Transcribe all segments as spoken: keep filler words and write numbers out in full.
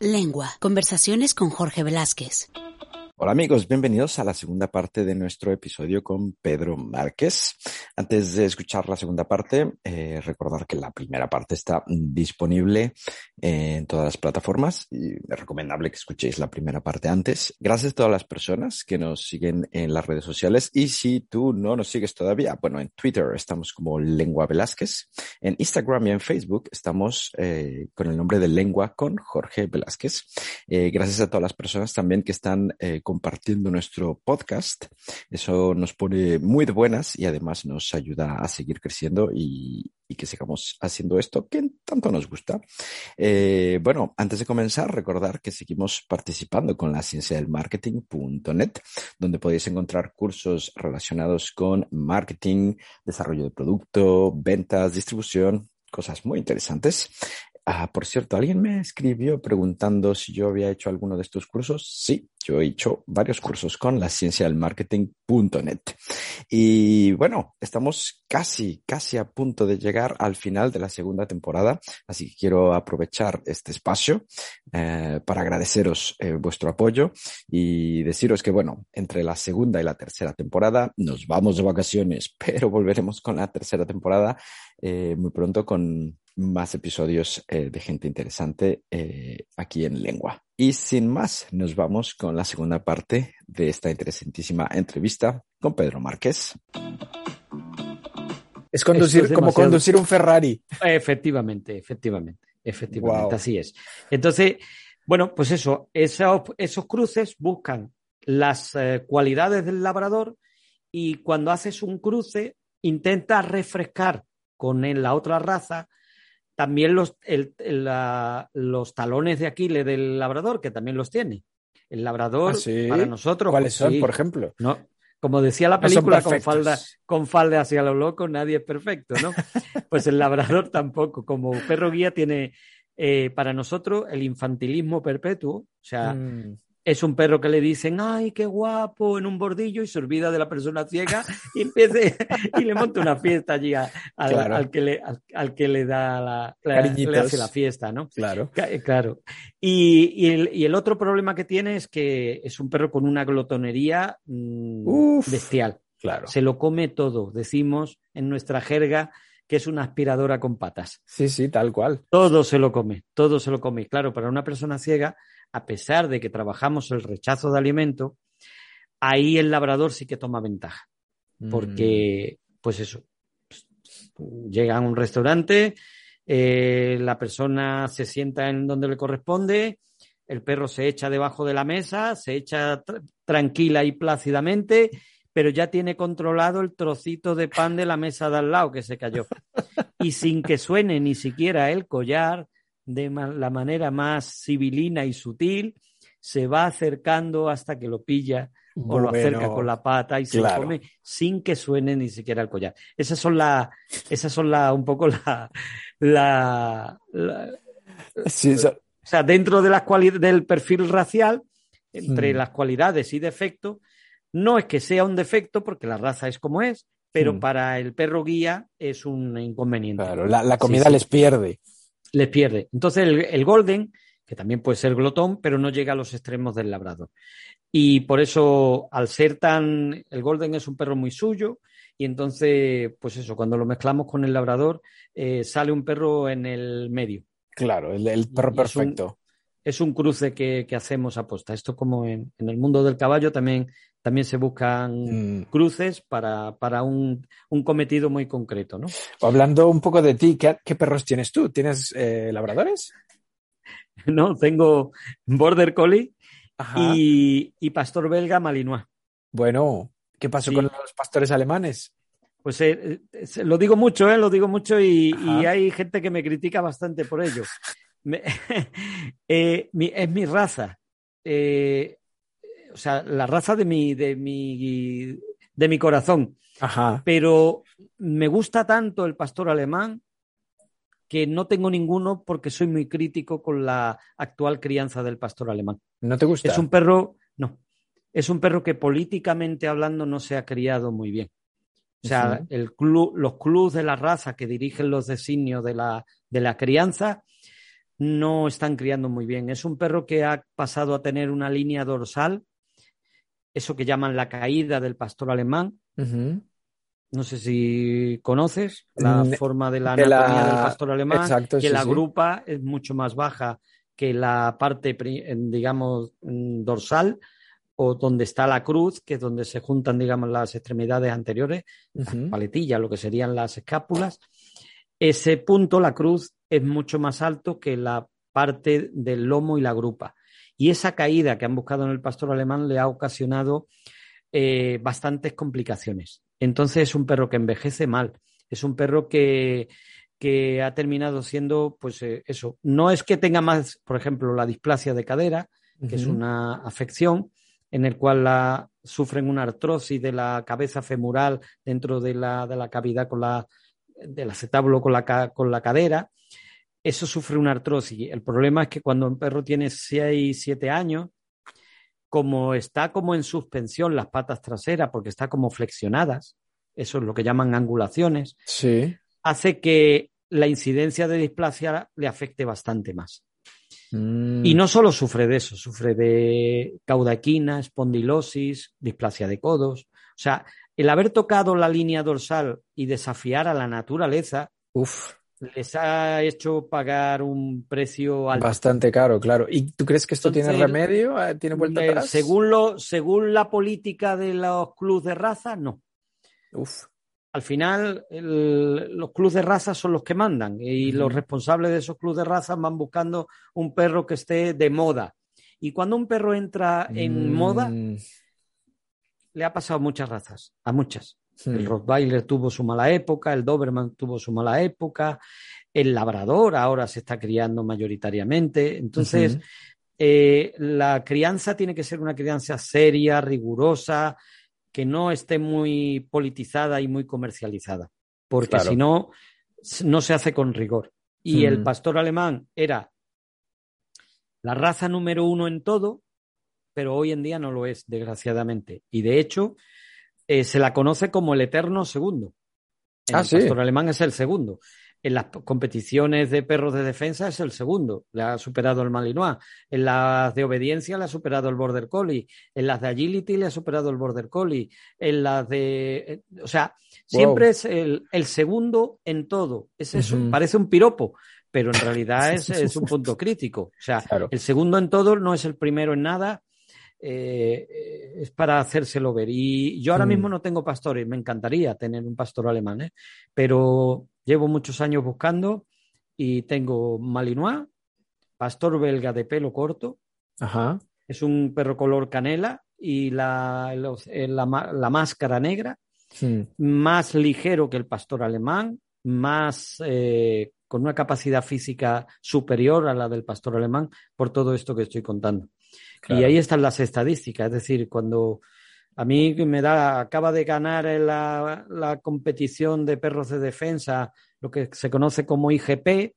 Lengua. Conversaciones con Jorge Velázquez. Hola amigos, bienvenidos a la segunda parte de nuestro episodio con Pedro Márquez. Antes de escuchar la segunda parte, eh, recordar que la primera parte está disponible en todas las plataformas y es recomendable que escuchéis la primera parte antes. Gracias a todas las personas que nos siguen en las redes sociales y si tú no nos sigues todavía, bueno, en Twitter estamos como Lengua Velázquez, en Instagram y en Facebook estamos eh, con el nombre de Lengua con Jorge Velázquez. Eh, gracias a todas las personas también que están eh, compartiendo nuestro podcast. Eso nos pone muy de buenas y además nos ayuda a seguir creciendo y, y que sigamos haciendo esto que tanto nos gusta. Eh, bueno, antes de comenzar, recordar que seguimos participando con la ciencia del marketing punto net, donde podéis encontrar cursos relacionados con marketing, desarrollo de producto, ventas, distribución, cosas muy interesantes. Ah, por cierto, alguien me escribió preguntando si yo había hecho alguno de estos cursos. Sí, yo he hecho varios cursos con la ciencia del marketing punto net. Y bueno, estamos casi, casi a punto de llegar al final de la segunda temporada, así que quiero aprovechar este espacio eh, para agradeceros eh, vuestro apoyo y deciros que bueno, entre la segunda y la tercera temporada nos vamos de vacaciones, pero volveremos con la tercera temporada eh, muy pronto con más episodios eh, de gente interesante eh, aquí en Lengua. Y sin más, nos vamos con la segunda parte de esta interesantísima entrevista con Pedro Márquez. Es conducir, es como demasiado... conducir un Ferrari. Efectivamente, efectivamente, efectivamente, Wow. Así es. Entonces, bueno, pues eso, esos, esos cruces buscan las eh, cualidades del labrador y cuando haces un cruce intentas refrescar con él, la otra raza también los, el, el, la, los talones de Aquiles del labrador, que también los tiene. El labrador, ¿Ah, sí? para nosotros... ¿Cuáles son, sí, por ejemplo? No, como decía la no película, con falda, con falda hacia lo loco, nadie es perfecto, ¿no? Pues el labrador tampoco. Como perro guía tiene, eh, para nosotros, el infantilismo perpetuo. O sea, mm. es un perro que le dicen, ¡ay, qué guapo!, en un bordillo y se olvida de la persona ciega y empiece y le monta una fiesta allí a, a, claro. al, que le, al, al que le da la, la le hace la fiesta, ¿no? Claro. Claro. Y, y, el, y el otro problema que tiene es que es un perro con una glotonería mmm, Uf, bestial. Claro. Se lo come todo. Decimos en nuestra jerga que es una aspiradora con patas. Sí, sí, tal cual. Todo se lo come, todo se lo come. Claro, para una persona ciega, a pesar de que trabajamos el rechazo de alimento, ahí el labrador sí que toma ventaja. Porque, mm. pues eso, llega a un restaurante, eh, la persona se sienta en donde le corresponde, el perro se echa debajo de la mesa, se echa tra- tranquila y plácidamente, pero ya tiene controlado el trocito de pan de la mesa de al lado que se cayó. Y sin que suene ni siquiera el collar, de la manera más civilina y sutil, se va acercando hasta que lo pilla o bueno, lo acerca con la pata y se claro. lo come sin que suene ni siquiera el collar. Esas son la, esas son la, un poco la, la, la sí, eso... o sea, dentro de las cuali- del perfil racial, entre hmm. las cualidades y defectos, no es que sea un defecto porque la raza es como es, pero hmm. para el perro guía es un inconveniente. Claro, la, la comida sí, les sí. pierde. Les pierde. Entonces el, el golden, que también puede ser glotón, pero no llega a los extremos del labrador. Y por eso, al ser tan... El golden es un perro muy suyo y entonces, pues eso, cuando lo mezclamos con el labrador, eh, sale un perro en el medio. Claro, el, el perro y perfecto. Es un, es un cruce que, que hacemos aposta. Esto como en, en el mundo del caballo también, también se buscan mm. cruces para, para un, un cometido muy concreto, ¿no? Hablando un poco de ti, ¿qué, qué perros tienes tú? ¿Tienes eh, labradores? No, tengo border collie y, y pastor belga malinois. Bueno, ¿qué pasó sí. con los pastores alemanes? Pues eh, eh, lo digo mucho, eh, lo digo mucho y, y hay gente que me critica bastante por ello. me, eh, mi, es mi raza. Eh, o sea, la raza de mi, de mi, de mi corazón. Ajá. Pero me gusta tanto el pastor alemán que no tengo ninguno porque soy muy crítico con la actual crianza del pastor alemán. ¿No te gusta? Es un perro, no, es un perro que políticamente hablando no se ha criado muy bien. O sea, uh-huh. el club, los clubes de la raza que dirigen los designios de la, de la crianza no están criando muy bien. Es un perro que ha pasado a tener una línea dorsal, eso que llaman la caída del pastor alemán. Uh-huh. No sé si conoces la Ne- forma de la de la- anatomía del pastor alemán, Exacto, que sí, la sí. grupa es mucho más baja que la parte, pri- digamos, mm, dorsal, o donde está la cruz, que es donde se juntan, digamos, las extremidades anteriores, las Uh-huh. paletillas, lo que serían las escápulas. Ese punto, la cruz, es mucho más alto que la parte del lomo y la grupa. Y esa caída que han buscado en el pastor alemán le ha ocasionado eh, bastantes complicaciones. Entonces es un perro que envejece mal, es un perro que, que ha terminado siendo, pues eh, eso, no es que tenga más, por ejemplo, la displasia de cadera, que uh-huh. es una afección en el cual la, sufren una artrosis de la cabeza femoral dentro de la, de la cavidad con la, del acetábulo con la, con la cadera. Eso sufre una artrosis. El problema es que cuando un perro tiene seis, siete años, como está como en suspensión las patas traseras, porque está como flexionadas, eso es lo que llaman angulaciones, sí. hace que la incidencia de displasia le afecte bastante más. Mm. Y no solo sufre de eso, sufre de caudaquina, espondilosis, displasia de codos. O sea, el haber tocado la línea dorsal y desafiar a la naturaleza, Uf. les ha hecho pagar un precio alto. Bastante caro, claro. ¿Y tú crees que esto Entonces, tiene remedio? ¿Tiene vuelta eh, atrás? Según, lo, según la política de los clubes de raza, no. Uf. Al final, el, los clubes de raza son los que mandan y uh-huh. los responsables de esos clubes de raza van buscando un perro que esté de moda. Y cuando un perro entra en mm. moda, le ha pasado a muchas razas, a muchas. Sí. El Rottweiler tuvo su mala época, el Doberman tuvo su mala época, el Labrador ahora se está criando mayoritariamente. Entonces, uh-huh. eh, la crianza tiene que ser una crianza seria, rigurosa, que no esté muy politizada y muy comercializada, porque claro. si no, no se hace con rigor. Y uh-huh. el pastor alemán era la raza número uno en todo, pero hoy en día no lo es, desgraciadamente. Y de hecho, eh, se la conoce como el eterno segundo. En ah, el sí. pastor alemán es el segundo. En las competiciones de perros de defensa es el segundo. Le ha superado el Malinois. En las de obediencia le ha superado el Border Collie. En las de agility le ha superado el Border Collie. En las de... O sea, siempre wow. es el, el segundo en todo. Es eso. Uh-huh. Parece un piropo, pero en realidad es, es un punto crítico. O sea, claro. el segundo en todo no es el primero en nada. Eh, es para hacérselo ver. Y yo ahora mm. mismo no tengo pastores, me encantaría tener un pastor alemán, ¿eh? Pero llevo muchos años buscando y tengo Malinois, pastor belga de pelo corto, Ajá. es un perro color canela y la, la, la, la máscara negra, mm. más ligero que el pastor alemán, más eh, con una capacidad física superior a la del pastor alemán, por todo esto que estoy contando. Claro. Y ahí están las estadísticas, es decir, cuando a mí me da, acaba de ganar en la, la competición de perros de defensa, lo que se conoce como I G P,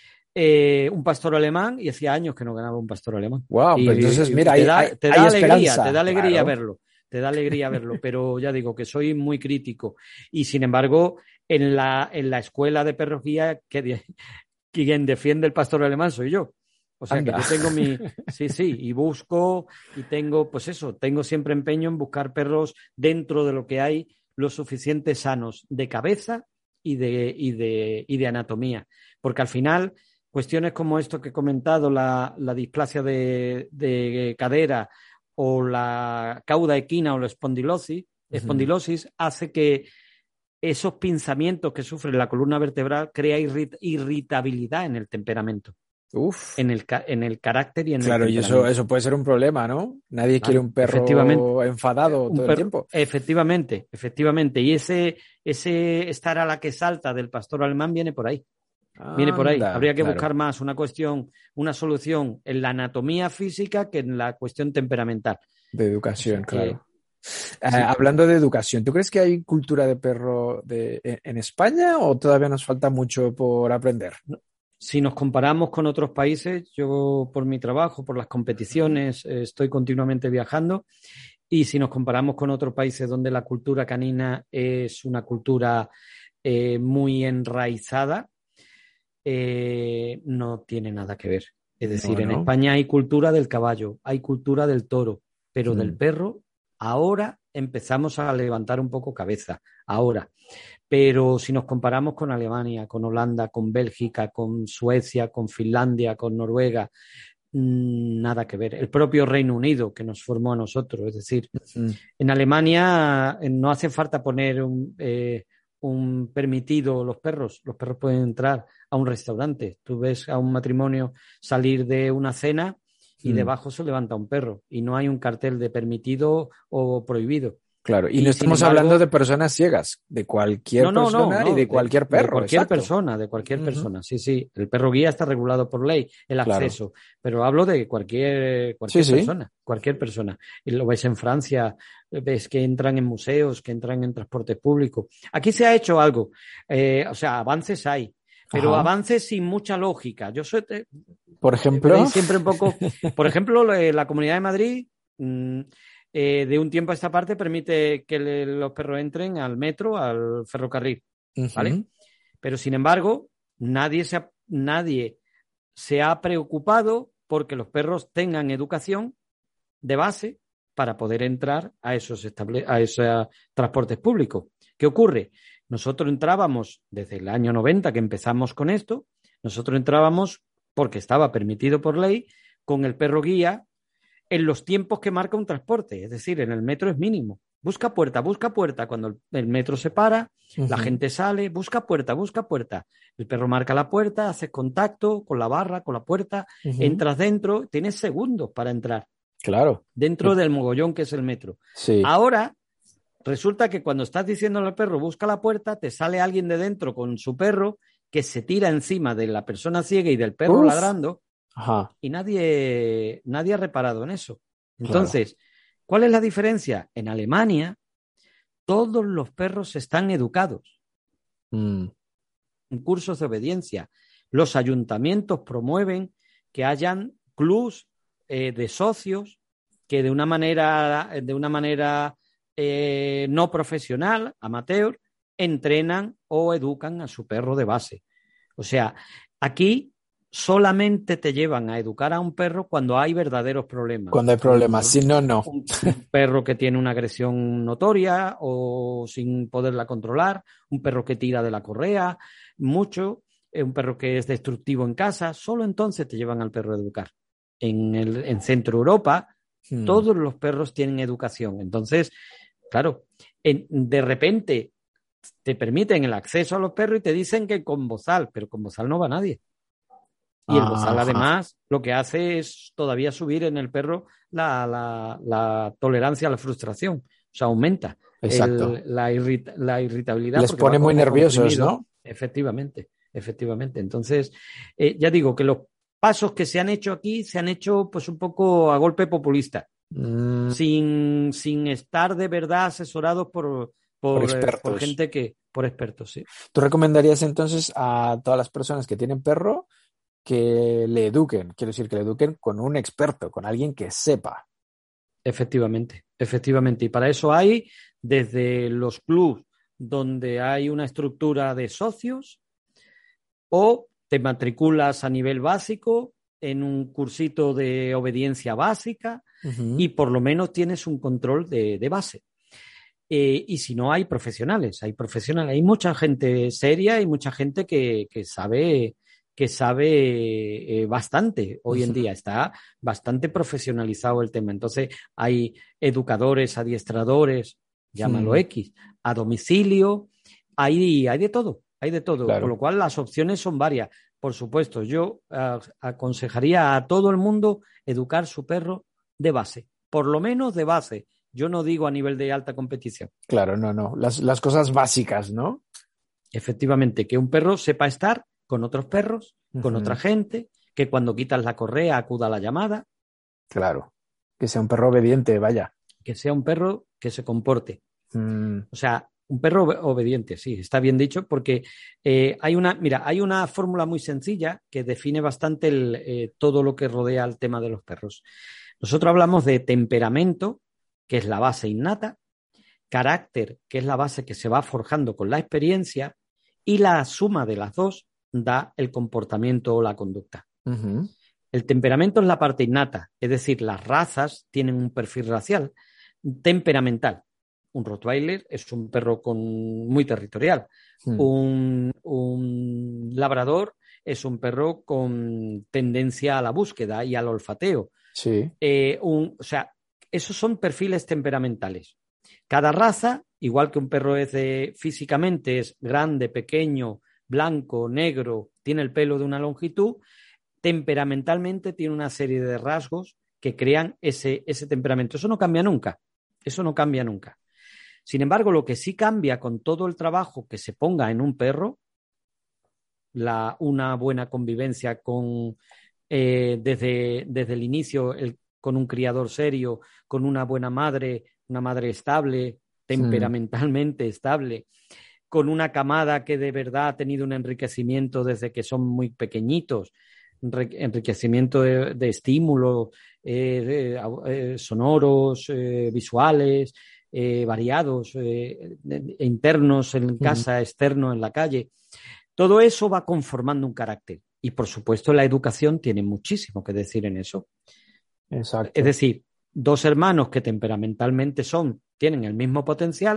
eh, un pastor alemán, y hacía años que no ganaba un pastor alemán. Wow, y, pues entonces y, mira, te da, hay, te hay da esperanza. alegría, te da alegría claro. verlo, te da alegría verlo, pero ya digo que soy muy crítico. Y sin embargo, en la, en la escuela de perros guía, que, quien defiende el pastor alemán soy yo. O sea, Anda. que yo tengo mi... Sí, sí, y busco y tengo, pues eso, tengo siempre empeño en buscar perros dentro de lo que hay lo suficiente sanos de cabeza y de, y de, y de anatomía. Porque al final, cuestiones como esto que he comentado, la, la displasia de, de cadera o la cauda equina o la espondilosis, uh-huh. espondilosis hace que esos pinzamientos que sufre la columna vertebral crea irrit- irritabilidad en el temperamento. Uf. En el, en el carácter y en claro, el y eso, eso puede ser un problema, ¿no? Nadie claro, quiere un perro enfadado un todo perro, el tiempo. Efectivamente, efectivamente. Y ese, ese estar a la que salta del pastor alemán viene por ahí. Anda, viene por ahí. Habría que claro. buscar más una cuestión, una solución en la anatomía física que en la cuestión temperamental. De educación, o sea, claro. Que, eh, sí. Hablando de educación, ¿tú crees que hay cultura de perro de, en España o todavía nos falta mucho por aprender? No. Si nos comparamos con otros países, yo por mi trabajo, por las competiciones, eh, estoy continuamente viajando, y si nos comparamos con otros países donde la cultura canina es una cultura eh, muy enraizada, eh, no tiene nada que ver. Es decir, No, en no. España hay cultura del caballo, hay cultura del toro, pero Mm. del perro ahora empezamos a levantar un poco cabeza, ahora. Pero si nos comparamos con Alemania, con Holanda, con Bélgica, con Suecia, con Finlandia, con Noruega, mmm, nada que ver. El propio Reino Unido que nos formó a nosotros, es decir, Mm. en Alemania eh, no hace falta poner un, eh, un permitido los perros. Los perros pueden entrar a un restaurante. Tú ves a un matrimonio salir de una cena y Mm. debajo se levanta un perro y no hay un cartel de permitido o prohibido. Claro, y Y no sin estamos embargo- hablando de personas ciegas, de cualquier No, no, no, persona no, y de cualquier perro. De cualquier exacto. persona, de cualquier Ujú. persona. Sí, sí. El perro guía está regulado por ley, el Claro. acceso. Pero hablo de cualquier, cualquier Sí, sí. persona, cualquier persona. Y lo ves en Francia, ves que entran en museos, que entran en transporte público. Aquí se ha hecho algo. Eh, o sea, avances hay, pero Ajá. avances sin mucha lógica. Yo soy, eh, Por ejemplo, veréis siempre un poco. Por ejemplo, la, la Comunidad de Madrid. Mmm, Eh, de un tiempo a esta parte permite que le, los perros entren al metro, al ferrocarril, ¿vale? Ujú. Pero sin embargo, nadie se ha, nadie se ha preocupado porque los perros tengan educación de base para poder entrar a esos, estable, a esos transportes públicos. ¿Qué ocurre? Nosotros entrábamos desde el año noventa que empezamos con esto, nosotros entrábamos porque estaba permitido por ley con el perro guía en los tiempos que marca un transporte, es decir, en el metro es mínimo. Busca puerta, busca puerta. Cuando el, el metro se para, Ujú. la gente sale, busca puerta, busca puerta. El perro marca la puerta, haces contacto con la barra, con la puerta, Ujú. entras dentro, tienes segundos para entrar Claro. dentro Sí. del mogollón que es el metro. Sí. Ahora, resulta que cuando estás diciéndole al perro, busca la puerta, te sale alguien de dentro con su perro que se tira encima de la persona ciega y del perro Uf. ladrando. Ajá. Y nadie, nadie ha reparado en eso. Entonces, claro. ¿Cuál es la diferencia? En Alemania, todos los perros están educados Mm. en cursos de obediencia. Los ayuntamientos promueven que hayan clubs eh, de socios que de una manera, de una manera eh, no profesional, amateur, entrenan o educan a su perro de base. O sea, aquí solamente te llevan a educar a un perro cuando hay verdaderos problemas. Cuando hay problemas, un, si no, no. Un, un perro que tiene una agresión notoria o sin poderla controlar, un perro que tira de la correa, mucho, un perro que es destructivo en casa, solo entonces te llevan al perro a educar. En, el, en Centro Europa, hmm. todos los perros tienen educación. Entonces, claro, en, de repente te permiten el acceso a los perros y te dicen que con bozal, pero con bozal no va nadie. Y el bozal, además, lo que hace es todavía subir en el perro la, la, la tolerancia a la frustración. O sea, aumenta Exacto. El, la, irrita, la irritabilidad. Les pone muy nerviosos, comprimido. ¿No? Efectivamente, efectivamente. Entonces, eh, ya digo que los pasos que se han hecho aquí se han hecho pues un poco a golpe populista, mm. sin, sin estar de verdad asesorados por, por, por, expertos. Eh, por gente que, por expertos, sí. ¿Tú recomendarías entonces a todas las personas que tienen perro que le eduquen, quiero decir, que le eduquen con un experto, con alguien que sepa? Efectivamente, efectivamente. Y para eso hay desde los clubs donde hay una estructura de socios o te matriculas a nivel básico en un cursito de obediencia básica uh-huh. y por lo menos tienes un control de, de base. Eh, y si no, hay profesionales, hay profesionales, hay mucha gente seria y mucha gente que, que sabe... que sabe eh, bastante hoy en día, está bastante profesionalizado el tema. Entonces hay educadores, adiestradores, llámalo hmm. X, a domicilio, hay, hay de todo, hay de todo, claro. Con lo cual las opciones son varias. Por supuesto, yo uh, aconsejaría a todo el mundo educar su perro de base, por lo menos de base. Yo no digo a nivel de alta competición. Claro, no, no, las, las cosas básicas, ¿no? Efectivamente, que un perro sepa estar con otros perros, uh-huh. con otra gente, que cuando quitas la correa acuda a la llamada. Claro, que sea un perro obediente, vaya. Que sea un perro que se comporte. Mm. O sea, un perro obediente, sí, está bien dicho, porque eh, hay una, mira, hay una fórmula muy sencilla que define bastante el, eh, todo lo que rodea el tema de los perros. Nosotros hablamos de temperamento, que es la base innata, carácter, que es la base que se va forjando con la experiencia, y la suma de las dos da el comportamiento o la conducta. Uh-huh. El temperamento es la parte innata, es decir, las razas tienen un perfil racial, temperamental. Un Rottweiler es un perro con, muy territorial. Hmm. Un, un labrador es un perro con tendencia a la búsqueda y al olfateo. Sí. Eh, un, o sea, esos son perfiles temperamentales. Cada raza, igual que un perro es de, físicamente es grande, pequeño, blanco, negro, tiene el pelo de una longitud, temperamentalmente tiene una serie de rasgos que crean ese, ese temperamento. Eso no cambia nunca. Eso no cambia nunca. Sin embargo, lo que sí cambia con todo el trabajo que se ponga en un perro, la, una buena convivencia con, eh, desde, desde el inicio el, con un criador serio, con una buena madre, una madre estable, temperamentalmente sí. estable, con una camada que de verdad ha tenido un enriquecimiento desde que son muy pequeñitos, enriquecimiento de, de estímulos eh, eh, sonoros, eh, visuales, eh, variados, eh, internos en casa, uh-huh. externos en la calle. Todo eso va conformando un carácter. Y, por supuesto, la educación tiene muchísimo que decir en eso. Exacto. Es decir, dos hermanos que temperamentalmente son, tienen el mismo potencial.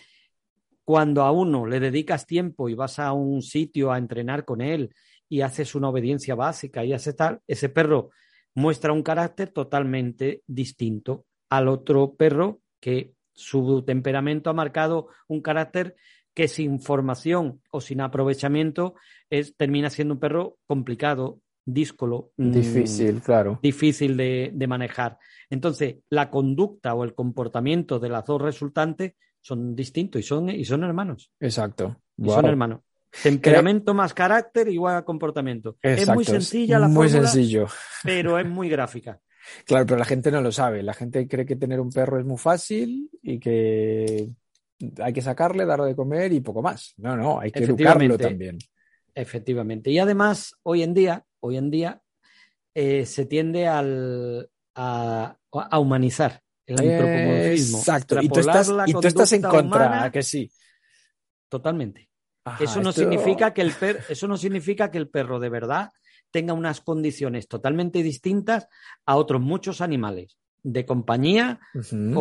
Cuando a uno le dedicas tiempo y vas a un sitio a entrenar con él y haces una obediencia básica y haces tal, ese perro muestra un carácter totalmente distinto al otro perro que su temperamento ha marcado un carácter que sin formación o sin aprovechamiento es, termina siendo un perro complicado, díscolo, difícil, mmm, claro. difícil de, de manejar. Entonces, la conducta o el comportamiento de las dos resultantes son distintos y son, y son hermanos. Exacto. Y wow. son hermanos. Temperamento más carácter igual a comportamiento. Exacto. Es muy sencilla la muy fórmula, sencillo. pero es muy gráfica. Claro, pero la gente no lo sabe. La gente cree que tener un perro es muy fácil y que hay que sacarle, darle de comer y poco más. No, no, hay que educarlo también. Efectivamente. Y además, hoy en día, hoy en día eh, se tiende al, a, a humanizar el antropomorfismo. Exacto. Y tú estás, y tú estás en contra, humana, ¿a que sí? Totalmente. Ajá, eso, no esto... significa que el per, eso no significa que el perro de verdad tenga unas condiciones totalmente distintas a otros muchos animales de compañía uh-huh.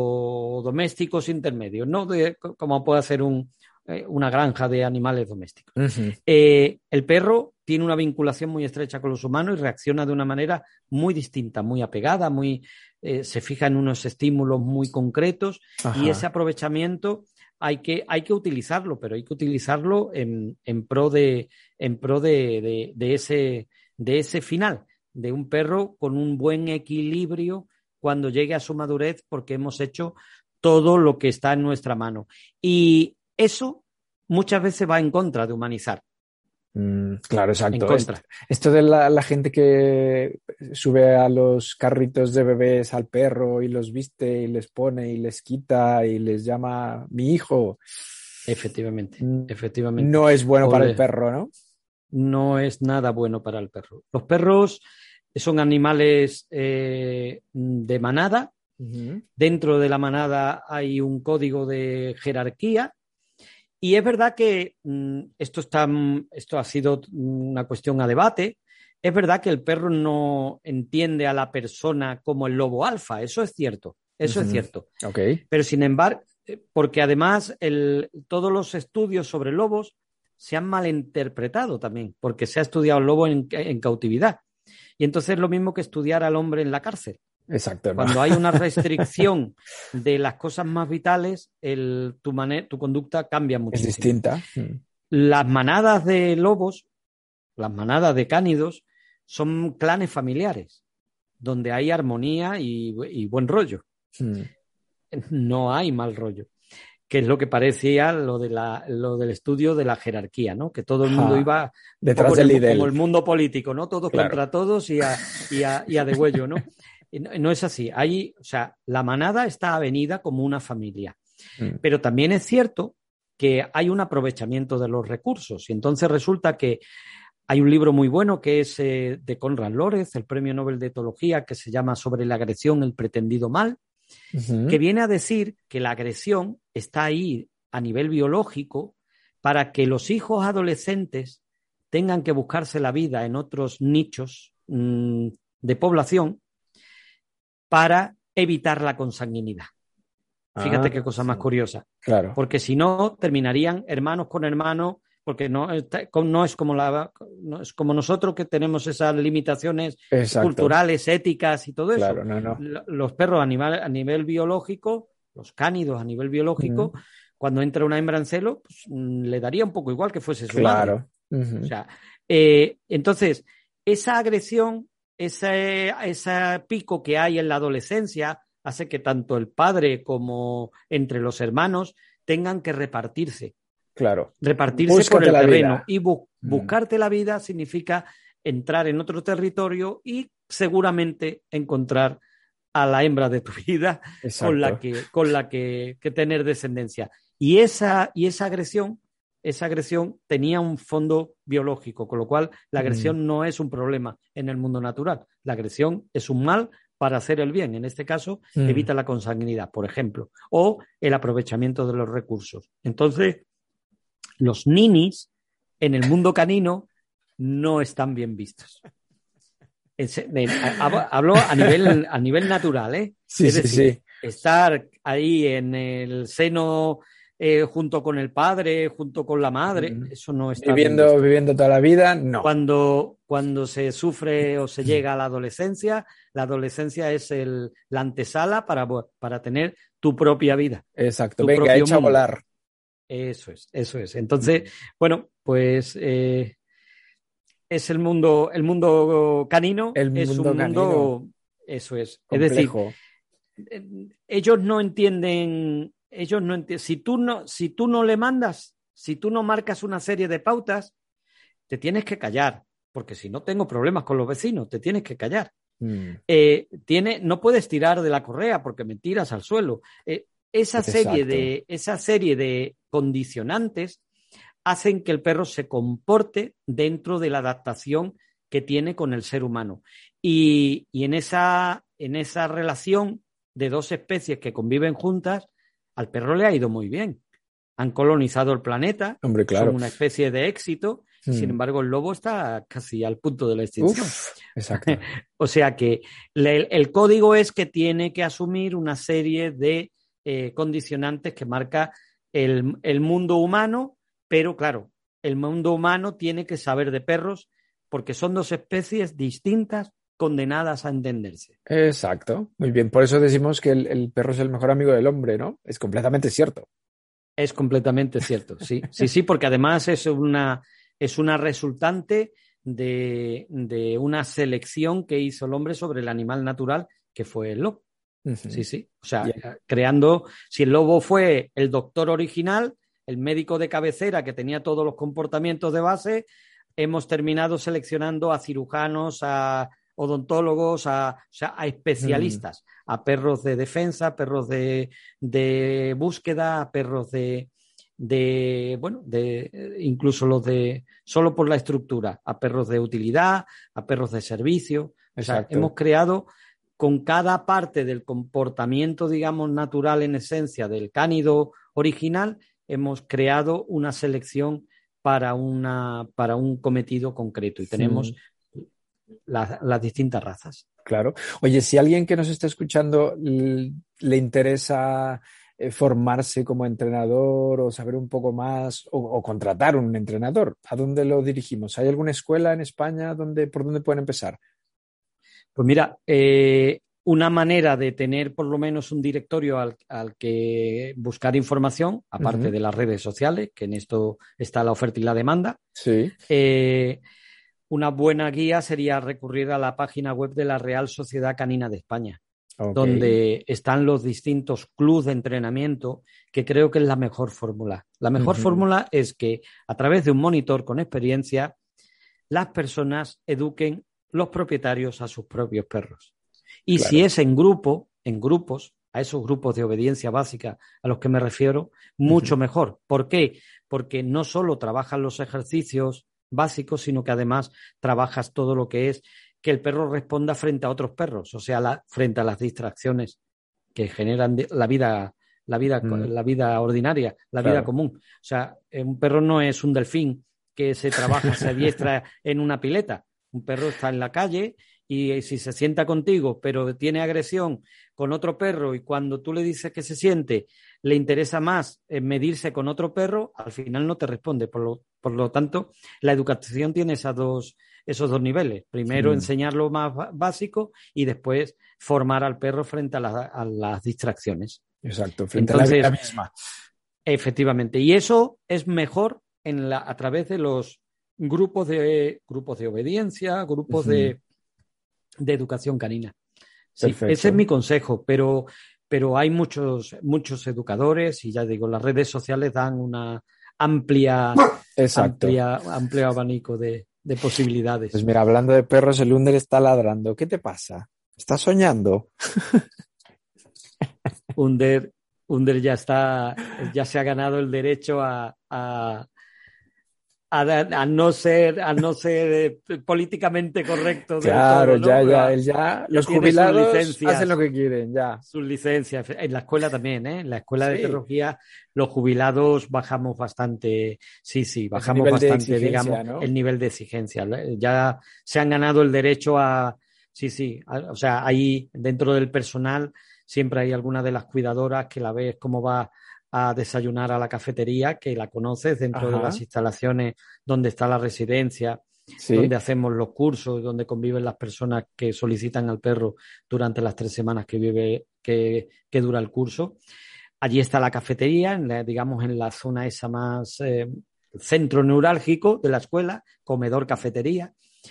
o domésticos intermedios, no de, como puede ser un, eh, una granja de animales domésticos. Uh-huh. Eh, el perro tiene una vinculación muy estrecha con los humanos y reacciona de una manera muy distinta, muy apegada, muy, eh, se fija en unos estímulos muy concretos. Ajá. Y ese aprovechamiento hay que, hay que utilizarlo, pero hay que utilizarlo en, en pro, de, en pro de, de, de, ese, de ese final, de un perro con un buen equilibrio cuando llegue a su madurez, porque hemos hecho todo lo que está en nuestra mano. Y eso muchas veces va en contra de humanizar. Mm, claro, exacto. Esto, esto de la, la gente que sube a los carritos de bebés al perro y los viste y les pone y les quita y les llama mi hijo. Efectivamente, efectivamente. No es bueno o para le... el perro, ¿no? No es nada bueno para el perro. Los perros son animales eh, de manada. Uh-huh. Dentro de la manada hay un código de jerarquía. Y es verdad que mmm, esto, está, esto ha sido una cuestión a debate. Es verdad que el perro no entiende a la persona como el lobo alfa. Eso es cierto. Eso uh-huh. es cierto. Okay. Pero sin embargo, porque además el, todos los estudios sobre lobos se han malinterpretado también, porque se ha estudiado el lobo en, en cautividad. Y entonces es lo mismo que estudiar al hombre en la cárcel. Exacto. ¿no? Cuando hay una restricción de las cosas más vitales, el, tu, mané- tu conducta cambia muchísimo. Es distinta. Las manadas de lobos, las manadas de cánidos, son clanes familiares, donde hay armonía y, y buen rollo. Hmm. No hay mal rollo, que es lo que parecía lo, de la, lo del estudio de la jerarquía, ¿no? Que todo el mundo ah, iba detrás del líder. Como el mundo político, ¿no? Todos claro. contra todos y a, y a, y a degüello, ¿no? No es así. Hay, o sea, la manada está avenida como una familia. Mm. Pero también es cierto que hay un aprovechamiento de los recursos. Y entonces resulta que hay un libro muy bueno que es eh, de Konrad Lorenz, el premio Nobel de Etología, que se llama Sobre la agresión, el pretendido mal, uh-huh. que viene a decir que la agresión está ahí a nivel biológico para que los hijos adolescentes tengan que buscarse la vida en otros nichos mmm, de población para evitar la consanguinidad. Fíjate ah, qué cosa sí. más curiosa. Claro. Porque si no, terminarían hermanos con hermanos, porque no, no, es como la, no es como nosotros que tenemos esas limitaciones Exacto. culturales, éticas y todo claro, eso. No, no. Los perros a nivel, a nivel biológico, los cánidos a nivel biológico, uh-huh. cuando entra una hembra en celo, pues, le daría un poco igual que fuese su claro. madre. Uh-huh. O sea, eh, entonces, esa agresión, ese, ese pico que hay en la adolescencia, hace que tanto el padre como entre los hermanos tengan que repartirse. Claro. Repartirse Búscate por el la terreno. Vida. Y bu- mm. buscarte la vida significa entrar en otro territorio y seguramente encontrar a la hembra de tu vida con la que, con la que, que tener descendencia. Y esa, y esa agresión, esa agresión tenía un fondo biológico, con lo cual la agresión mm. no es un problema en el mundo natural. La agresión es un mal para hacer el bien. En este caso, mm. evita la consanguinidad, por ejemplo, o el aprovechamiento de los recursos. Entonces, los ninis en el mundo canino no están bien vistos. Hablo a nivel, a nivel natural, ¿eh? Sí, es sí, decir, sí. estar ahí en el seno eh, junto con el padre, junto con la madre, mm. eso no está viviendo, bien visto. Viviendo toda la vida, no. Cuando, cuando se sufre o se llega a la adolescencia, la adolescencia es el, la antesala para, para tener tu propia vida. Exacto, venga, echa a volar. Eso es, eso es. Entonces, bueno, pues eh, es el mundo, el mundo canino, el es mundo un canino. mundo, eso es. Complejo. Es decir, ellos no entienden, ellos no entienden, si tú no, si tú no le mandas, si tú no marcas una serie de pautas, te tienes que callar, porque si no tengo problemas con los vecinos, te tienes que callar. Mm. Eh, tiene, no puedes tirar de la correa porque me tiras al suelo. Eh, esa serie de, esa serie de condicionantes hacen que el perro se comporte dentro de la adaptación que tiene con el ser humano. Y, y en, esa, en esa relación de dos especies que conviven juntas, al perro le ha ido muy bien. Han colonizado el planeta, Hombre, claro. Son una especie de éxito, mm. sin embargo el lobo está casi al punto de la extinción. Uf, exacto. O sea que le, el código es que tiene que asumir una serie de eh, condicionantes que marca el, el mundo humano, pero claro, el mundo humano tiene que saber de perros porque son dos especies distintas condenadas a entenderse. Exacto, muy bien. Por eso decimos que el, el perro es el mejor amigo del hombre, ¿no? Es completamente cierto. Es completamente cierto, sí, sí, sí, porque además es una, es una resultante de, de una selección que hizo el hombre sobre el animal natural que fue el lobo. Uh-huh. Sí, sí, o sea, yeah. creando, si el lobo fue el doctor original, el médico de cabecera que tenía todos los comportamientos de base, hemos terminado seleccionando a cirujanos, a odontólogos, a, o sea, a especialistas, mm. a perros de defensa, a perros de, de búsqueda, a perros de, de, bueno, de incluso los de, solo por la estructura, a perros de utilidad, a perros de servicio. O sea, hemos creado con cada parte del comportamiento, digamos, natural en esencia del cánido original, hemos creado una selección para, una, para un cometido concreto y tenemos sí. la, las distintas razas. Claro. Oye, si alguien que nos está escuchando le interesa formarse como entrenador o saber un poco más o, o contratar un entrenador, ¿a dónde lo dirigimos? ¿Hay alguna escuela en España donde, por dónde pueden empezar? Pues mira, eh, una manera de tener por lo menos un directorio al, al que buscar información, aparte uh-huh. de las redes sociales, que en esto está la oferta y la demanda. Sí. Eh, una buena guía sería recurrir a la página web de la Real Sociedad Canina de España, okay. donde están los distintos clubes de entrenamiento, que creo que es la mejor fórmula. La mejor uh-huh. fórmula es que a través de un monitor con experiencia, las personas eduquen los propietarios a sus propios perros. Y claro. si es en grupo, en grupos, a esos grupos de obediencia básica a los que me refiero, mucho uh-huh. mejor. ¿Por qué? Porque no solo trabajan los ejercicios básicos, sino que además trabajas todo lo que es que el perro responda frente a otros perros, o sea, la, frente a las distracciones que generan la vida, la vida, uh-huh. la vida ordinaria, la claro. vida común. O sea, un perro no es un delfín que se trabaja, se adiestra en una pileta. Un perro está en la calle y si se sienta contigo, pero tiene agresión con otro perro y cuando tú le dices que se siente, le interesa más medirse con otro perro, al final no te responde. Por lo, por lo tanto, la educación tiene esas dos, esos dos niveles. Primero, sí. enseñar lo más básico y después formar al perro frente a, la, a las distracciones. Exacto, frente Entonces, a la vida misma. Efectivamente. Y eso es mejor en la, a través de los grupos de, grupos de obediencia, grupos uh-huh. de, de educación canina. Sí, ese es mi consejo, pero, pero hay muchos, muchos educadores y ya digo, las redes sociales dan una amplia, amplia amplio abanico de, de posibilidades. Pues mira, hablando de perros, el Under está ladrando. ¿Qué te pasa? ¿Estás soñando? Under, Under ya está, ya se ha ganado el derecho a, a, a, a no ser, a no ser políticamente correcto. Claro, del todo, ya, ¿no? ya, él ya, ya los jubilados hacen lo que quieren, ya. Sus licencias, en la escuela también, ¿eh? En la escuela sí. de perrología, los jubilados bajamos bastante, sí, sí, bajamos bastante, digamos, ¿no? El nivel de exigencia. Ya se han ganado el derecho a, sí, sí, a, o sea, ahí dentro del personal siempre hay alguna de las cuidadoras que la ves cómo va a desayunar a la cafetería, que la conoces dentro Ajá. de las instalaciones donde está la residencia, sí. donde hacemos los cursos, donde conviven las personas que solicitan al perro durante las tres semanas que vive, que, que dura el curso. Allí está la cafetería, en la, digamos en la zona esa más eh, centro neurálgico de la escuela, comedor cafetería,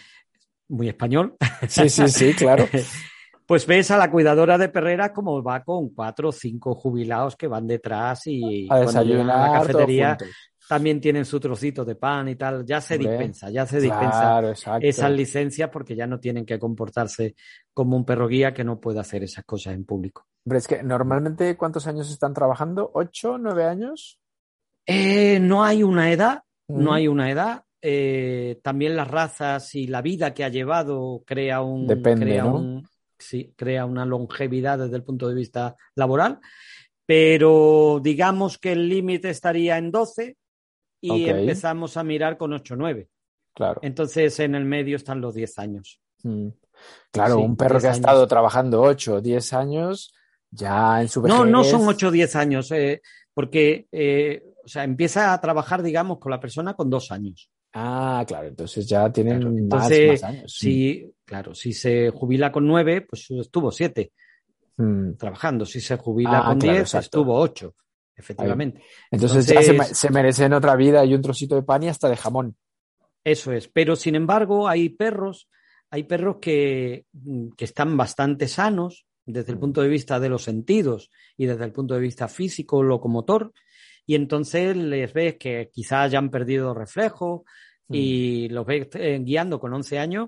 muy español. Sí, sí, sí, claro. Pues ves a la cuidadora de perreras como va con cuatro o cinco jubilados que van detrás y a cuando llegan a la cafetería juntos. También tienen su trocito de pan y tal. Ya se Hombre, dispensa, ya se dispensa claro, esas licencias porque ya no tienen que comportarse como un perro guía que no puede hacer esas cosas en público. Hombre, es que normalmente, ¿cuántos años están trabajando? ¿Ocho, nueve años? Eh, no hay una edad, mm. no hay una edad. Eh, también las razas y la vida que ha llevado crea un... Depende, crea ¿no? un Sí, crea una longevidad desde el punto de vista laboral, pero digamos que el límite estaría en doce y okay. empezamos a mirar con ocho o nueve. Claro. Entonces, en el medio están los diez años. Mm. Claro, sí, un perro que ha años. estado trabajando ocho o diez años, ya en su vejez... No, no son ocho o diez años, eh, porque eh, o sea, empieza a trabajar, digamos, con la persona con dos años. Ah, claro, entonces ya tienen claro, más, entonces, más años. Sí, claro, si se jubila con nueve, pues estuvo siete mm. trabajando. Si se jubila ah, con claro, diez, exacto. estuvo ocho, efectivamente. Entonces, Entonces ya se, se merecen otra vida y un trocito de pan y hasta de jamón. Eso es, pero sin embargo hay perros, hay perros que, que están bastante sanos desde el mm. punto de vista de los sentidos y desde el punto de vista físico, locomotor, y entonces les ves que quizás hayan perdido reflejo mm. y los ves eh, guiando con once años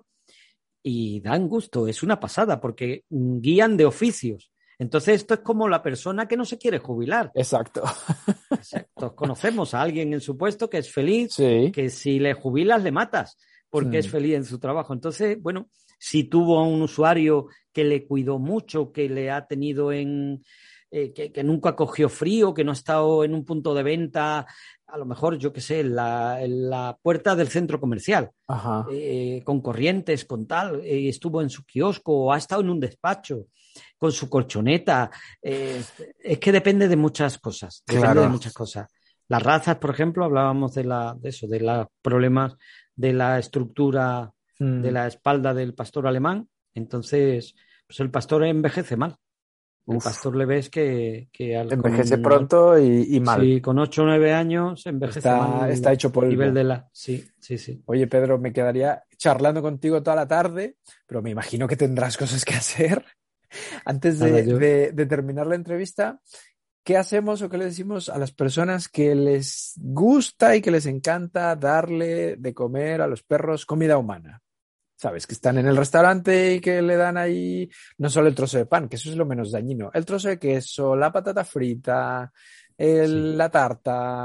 y dan gusto, es una pasada porque guían de oficios. Entonces esto es como la persona que no se quiere jubilar. Exacto. Exacto. Conocemos a alguien en su puesto que es feliz, sí. que si le jubilas le matas porque mm. es feliz en su trabajo. Entonces, bueno, si tuvo a un usuario que le cuidó mucho, que le ha tenido en... Eh, que, que nunca cogió frío, que no ha estado en un punto de venta, a lo mejor, yo qué sé, en la, en la puerta del centro comercial, Ajá. Eh, con corrientes, con tal, eh, estuvo en su kiosco o ha estado en un despacho con su colchoneta. Eh, es que depende de muchas cosas, depende claro. de muchas cosas. Las razas, por ejemplo, hablábamos de, la, de eso, de los problemas de la estructura mm. de la espalda del pastor alemán. Entonces, pues el pastor envejece mal. El Uf. pastor le ves que... que al, envejece con, pronto y, y mal. Sí, con ocho o nueve años envejece está, mal. Está hecho polvo. Nivel de la... Sí, sí, sí. Oye, Pedro, me quedaría charlando contigo toda la tarde, pero me imagino que tendrás cosas que hacer. Antes de, de, de terminar la entrevista, ¿qué hacemos o qué le decimos a las personas que les gusta y que les encanta darle de comer a los perros comida humana? ¿Sabes? Que están en el restaurante y que le dan ahí no solo el trozo de pan, que eso es lo menos dañino, el trozo de queso, la patata frita, el, sí. la tarta,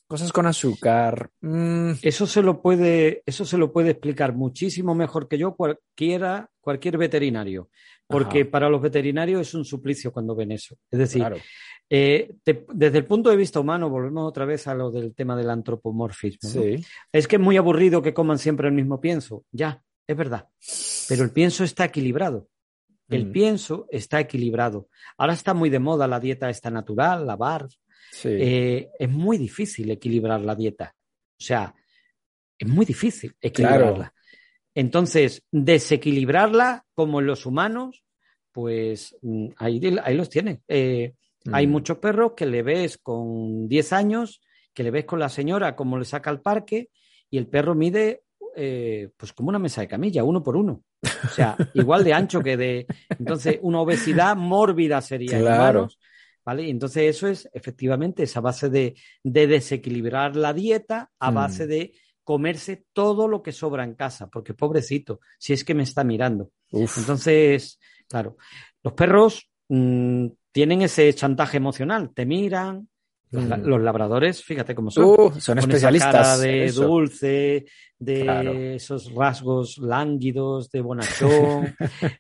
Cosas con azúcar. Mm. Eso se lo puede, eso se lo puede explicar muchísimo mejor que yo cualquiera, cualquier veterinario. Porque Ajá. para los veterinarios es un suplicio cuando ven eso. Es decir, claro. eh, te, desde el punto de vista humano, volvemos otra vez a lo del tema del antropomorfismo. Sí. ¿no? Es que es muy aburrido que coman siempre el mismo pienso. Ya, es verdad. Pero el pienso está equilibrado. El mm. pienso está equilibrado. Ahora está muy de moda la dieta esta natural, la B A R F. Sí. Eh, es muy difícil equilibrar la dieta. O sea, es muy difícil equilibrarla. Claro. Entonces, desequilibrarla, como en los humanos, pues ahí, ahí los tienes. Eh, mm. Hay muchos perros que le ves con diez años, que le ves con la señora como le saca al parque, y el perro mide eh, pues como una mesa de camilla, uno por uno. O sea, igual de ancho que de... Entonces, una obesidad mórbida sería claro. en humanos, ¿vale? Y entonces eso es efectivamente esa base de, de desequilibrar la dieta a base mm. de comerse todo lo que sobra en casa, porque pobrecito, si es que me está mirando. Uf. Entonces, claro, los perros mmm, tienen ese chantaje emocional, te miran. Los, mm. los labradores, fíjate cómo son. Uh, son con especialistas. Esa cara de eso. dulce, de claro. esos rasgos lánguidos, de bonachón.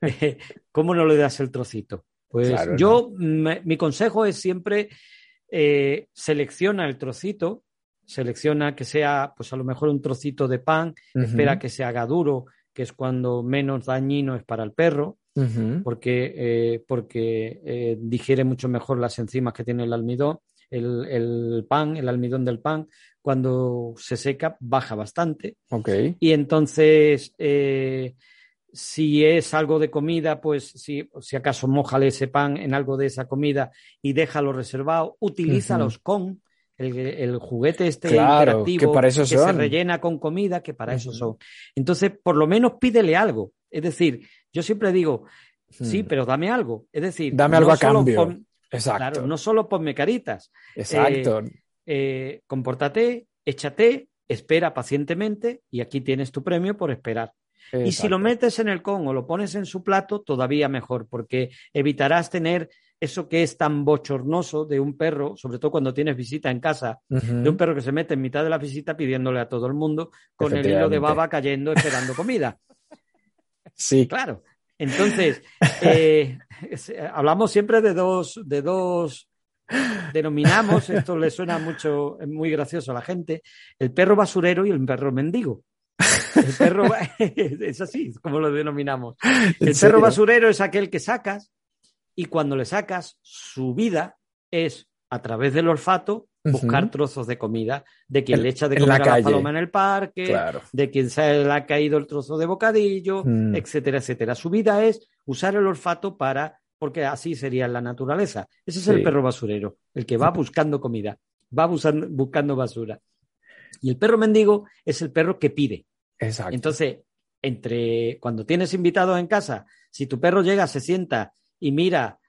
¿Cómo no le das el trocito? Pues claro, yo, ¿no? me, mi consejo es siempre eh, selecciona el trocito, selecciona que sea, pues a lo mejor un trocito de pan, uh-huh. espera que se haga duro, que es cuando menos dañino es para el perro, uh-huh. porque, eh, porque eh, digiere mucho mejor las enzimas que tiene el almidón, el, el pan, el almidón del pan, cuando se seca baja bastante. Okay. Y entonces... Eh, si es algo de comida, pues si, si acaso mójale ese pan en algo de esa comida y déjalo reservado, utilízalos uh-huh. con el, el juguete este claro, interactivo que, para eso que son. se rellena con comida, que para uh-huh. eso son. Entonces, por lo menos pídele algo. Es decir, yo siempre digo, uh-huh. sí, pero dame algo. Es decir, dame no algo a solo cambio. Pon, Exacto. Claro, no solo ponme caritas. Exacto. Eh, eh, compórtate, échate, espera pacientemente y aquí tienes tu premio por esperar. Exacto. Y si lo metes en el con o lo pones en su plato, todavía mejor, porque evitarás tener eso que es tan bochornoso de un perro, sobre todo cuando tienes visita en casa, uh-huh. de un perro que se mete en mitad de la visita pidiéndole a todo el mundo con el hilo de baba cayendo esperando comida. Sí. Claro. Entonces, eh, hablamos siempre de dos, de dos, denominamos, esto le suena mucho, es muy gracioso a la gente, el perro basurero y el perro mendigo. El perro es así, como lo denominamos. El perro basurero es aquel que sacas y cuando le sacas, su vida es a través del olfato buscar uh-huh. trozos de comida, de quien en, le echa de comer la a la paloma en el parque, claro. de quien se le ha caído el trozo de bocadillo, mm. etcétera, etcétera. Su vida es usar el olfato para, porque así sería la naturaleza. Ese es sí. el perro basurero, el que va buscando comida, va buscando, buscando basura. Y el perro mendigo es el perro que pide. Exacto. Entonces, entre cuando tienes invitados en casa, si tu perro llega, se sienta y mira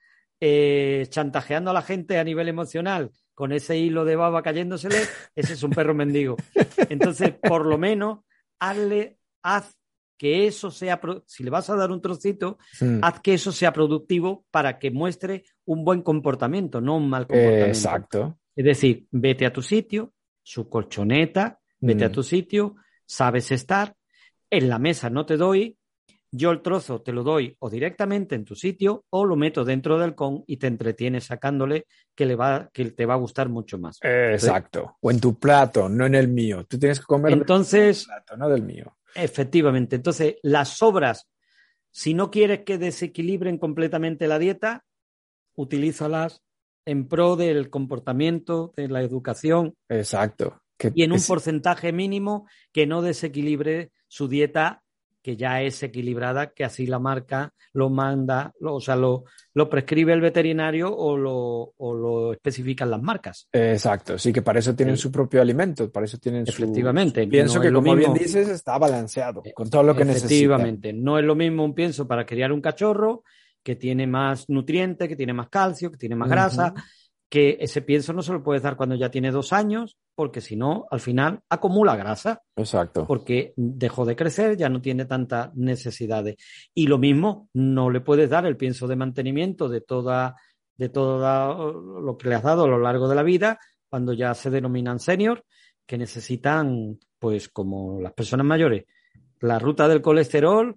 eh, chantajeando a la gente a nivel emocional con ese hilo de baba cayéndosele, ese es un perro mendigo. Entonces, por lo menos, hazle, haz que eso sea, si le vas a dar un trocito, sí. haz que eso sea productivo para que muestre un buen comportamiento, no un mal comportamiento. Eh, exacto. Es decir, vete a tu sitio, su colchoneta, vete mm. a tu sitio, sabes estar, en la mesa no te doy, yo el trozo te lo doy o directamente en tu sitio o lo meto dentro del con y te entretienes sacándole que, le va, que te va a gustar mucho más. Exacto. ¿Sí? O en tu plato, no en el mío. Tú tienes que comer entonces, del plato, no del mío. Efectivamente. Entonces, las sobras, si no quieres que desequilibren completamente la dieta, utilízalas en pro del comportamiento, de la educación. Exacto. Que y en un es... porcentaje mínimo que no desequilibre su dieta, que ya es equilibrada, que así la marca lo manda, lo, o sea, lo, lo prescribe el veterinario o lo, o lo especifican las marcas. Exacto, sí, que para eso tienen sí. su propio alimento, para eso tienen su... Efectivamente. Pienso no que, como mismo, bien dices, está balanceado con todo lo que necesita. Efectivamente, no es lo mismo un pienso para criar un cachorro que tiene más nutrientes, que tiene más calcio, que tiene más uh-huh. grasa, que ese pienso no se lo puedes dar cuando ya tiene dos años, porque si no, al final acumula grasa. Exacto. Porque dejó de crecer, ya no tiene tantas necesidades. Y lo mismo, no le puedes dar el pienso de mantenimiento de toda, de todo lo que le has dado a lo largo de la vida cuando ya se denominan senior, que necesitan, pues como las personas mayores, la ruta del colesterol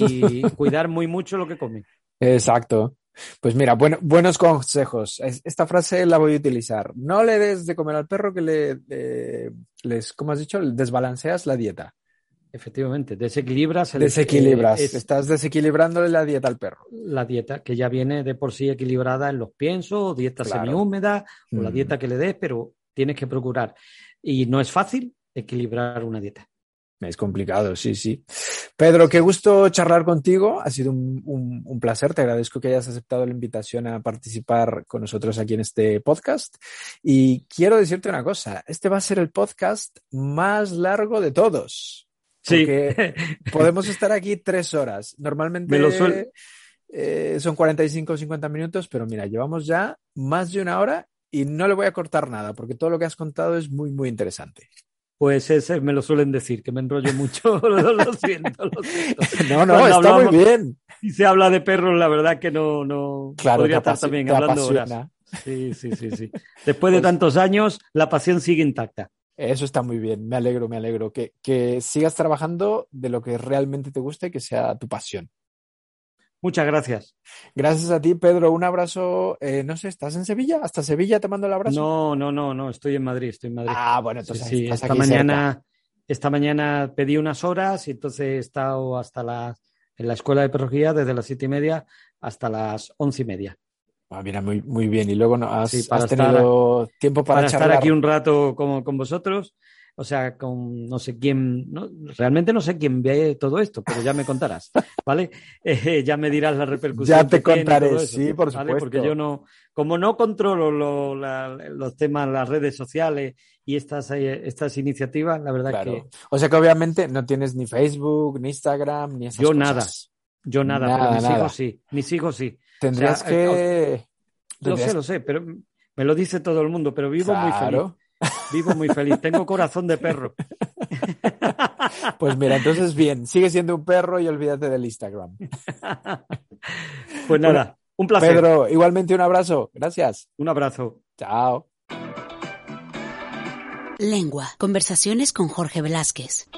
y cuidar muy mucho lo que comen. Exacto. Pues mira, bueno, buenos consejos. Esta frase la voy a utilizar. No le des de comer al perro que le, eh, les, ¿cómo has dicho? Desbalanceas la dieta. Efectivamente, desequilibras. El, Desequilibras. Eh, es, Estás desequilibrándole la dieta al perro. La dieta que ya viene de por sí equilibrada en los piensos, dieta claro. semihúmeda o mm. la dieta que le des, pero tienes que procurar. Y no es fácil equilibrar una dieta. Es complicado, sí, sí. Pedro, qué gusto charlar contigo. Ha sido un, un, un placer. Te agradezco que hayas aceptado la invitación a participar con nosotros aquí en este podcast. Y quiero decirte una cosa. Este va a ser el podcast más largo de todos. Porque sí. Podemos estar aquí tres horas. Normalmente Me lo suel... eh, son cuarenta y cinco o cincuenta minutos, pero mira, llevamos ya más de una hora y no le voy a cortar nada porque todo lo que has contado es muy, muy interesante. Pues ese me lo suelen decir, que me enrollo mucho, lo, lo siento, lo siento. No, no, Cuando está hablamos, muy bien. Si se habla de perros, la verdad que no, no claro, podría estar apasi- también hablando apasiona. horas. Sí, sí, sí, sí. Después de pues, tantos años, la pasión sigue intacta. Eso está muy bien, me alegro, me alegro. Que, que sigas trabajando de lo que realmente te gusta y que sea tu pasión. Muchas gracias. Gracias a ti, Pedro. Un abrazo. Eh, no sé, ¿estás en Sevilla? ¿Hasta Sevilla te mando el abrazo? No, no, no, no. Estoy en Madrid, estoy en Madrid. Ah, bueno, entonces sí, sí. estás Esta aquí mañana, cerca. Esta mañana pedí unas horas y entonces he estado hasta las en la escuela de perroquía desde las siete y media hasta las once y media. Ah, mira, muy, muy bien. Y luego no, has, sí, para has tenido estar, tiempo para, para charlar. estar aquí un rato con, con vosotros. O sea, con no sé quién, no, realmente no sé quién ve todo esto, pero ya me contarás, ¿vale? Eh, ya me dirás la repercusión. Ya te que contaré, tiene todo eso, sí, por ¿vale? supuesto. Porque yo no, como no controlo lo, la, los temas, las redes sociales y estas, estas iniciativas, la verdad claro. que... O sea que obviamente no tienes ni Facebook, ni Instagram, ni esas yo cosas. Yo nada, yo nada, nada pero mis nada. hijos sí, mis hijos sí. Tendrías o sea, que... Lo Tendrías... sé, lo sé, pero me lo dice todo el mundo, pero vivo claro. muy feliz. Vivo muy feliz, tengo corazón de perro. Pues mira, entonces bien, sigue siendo un perro y olvídate del Instagram. Pues nada, bueno, un placer. Pedro, igualmente un abrazo. Gracias. Un abrazo. Chao. Lengua. Conversaciones con Jorge Velázquez.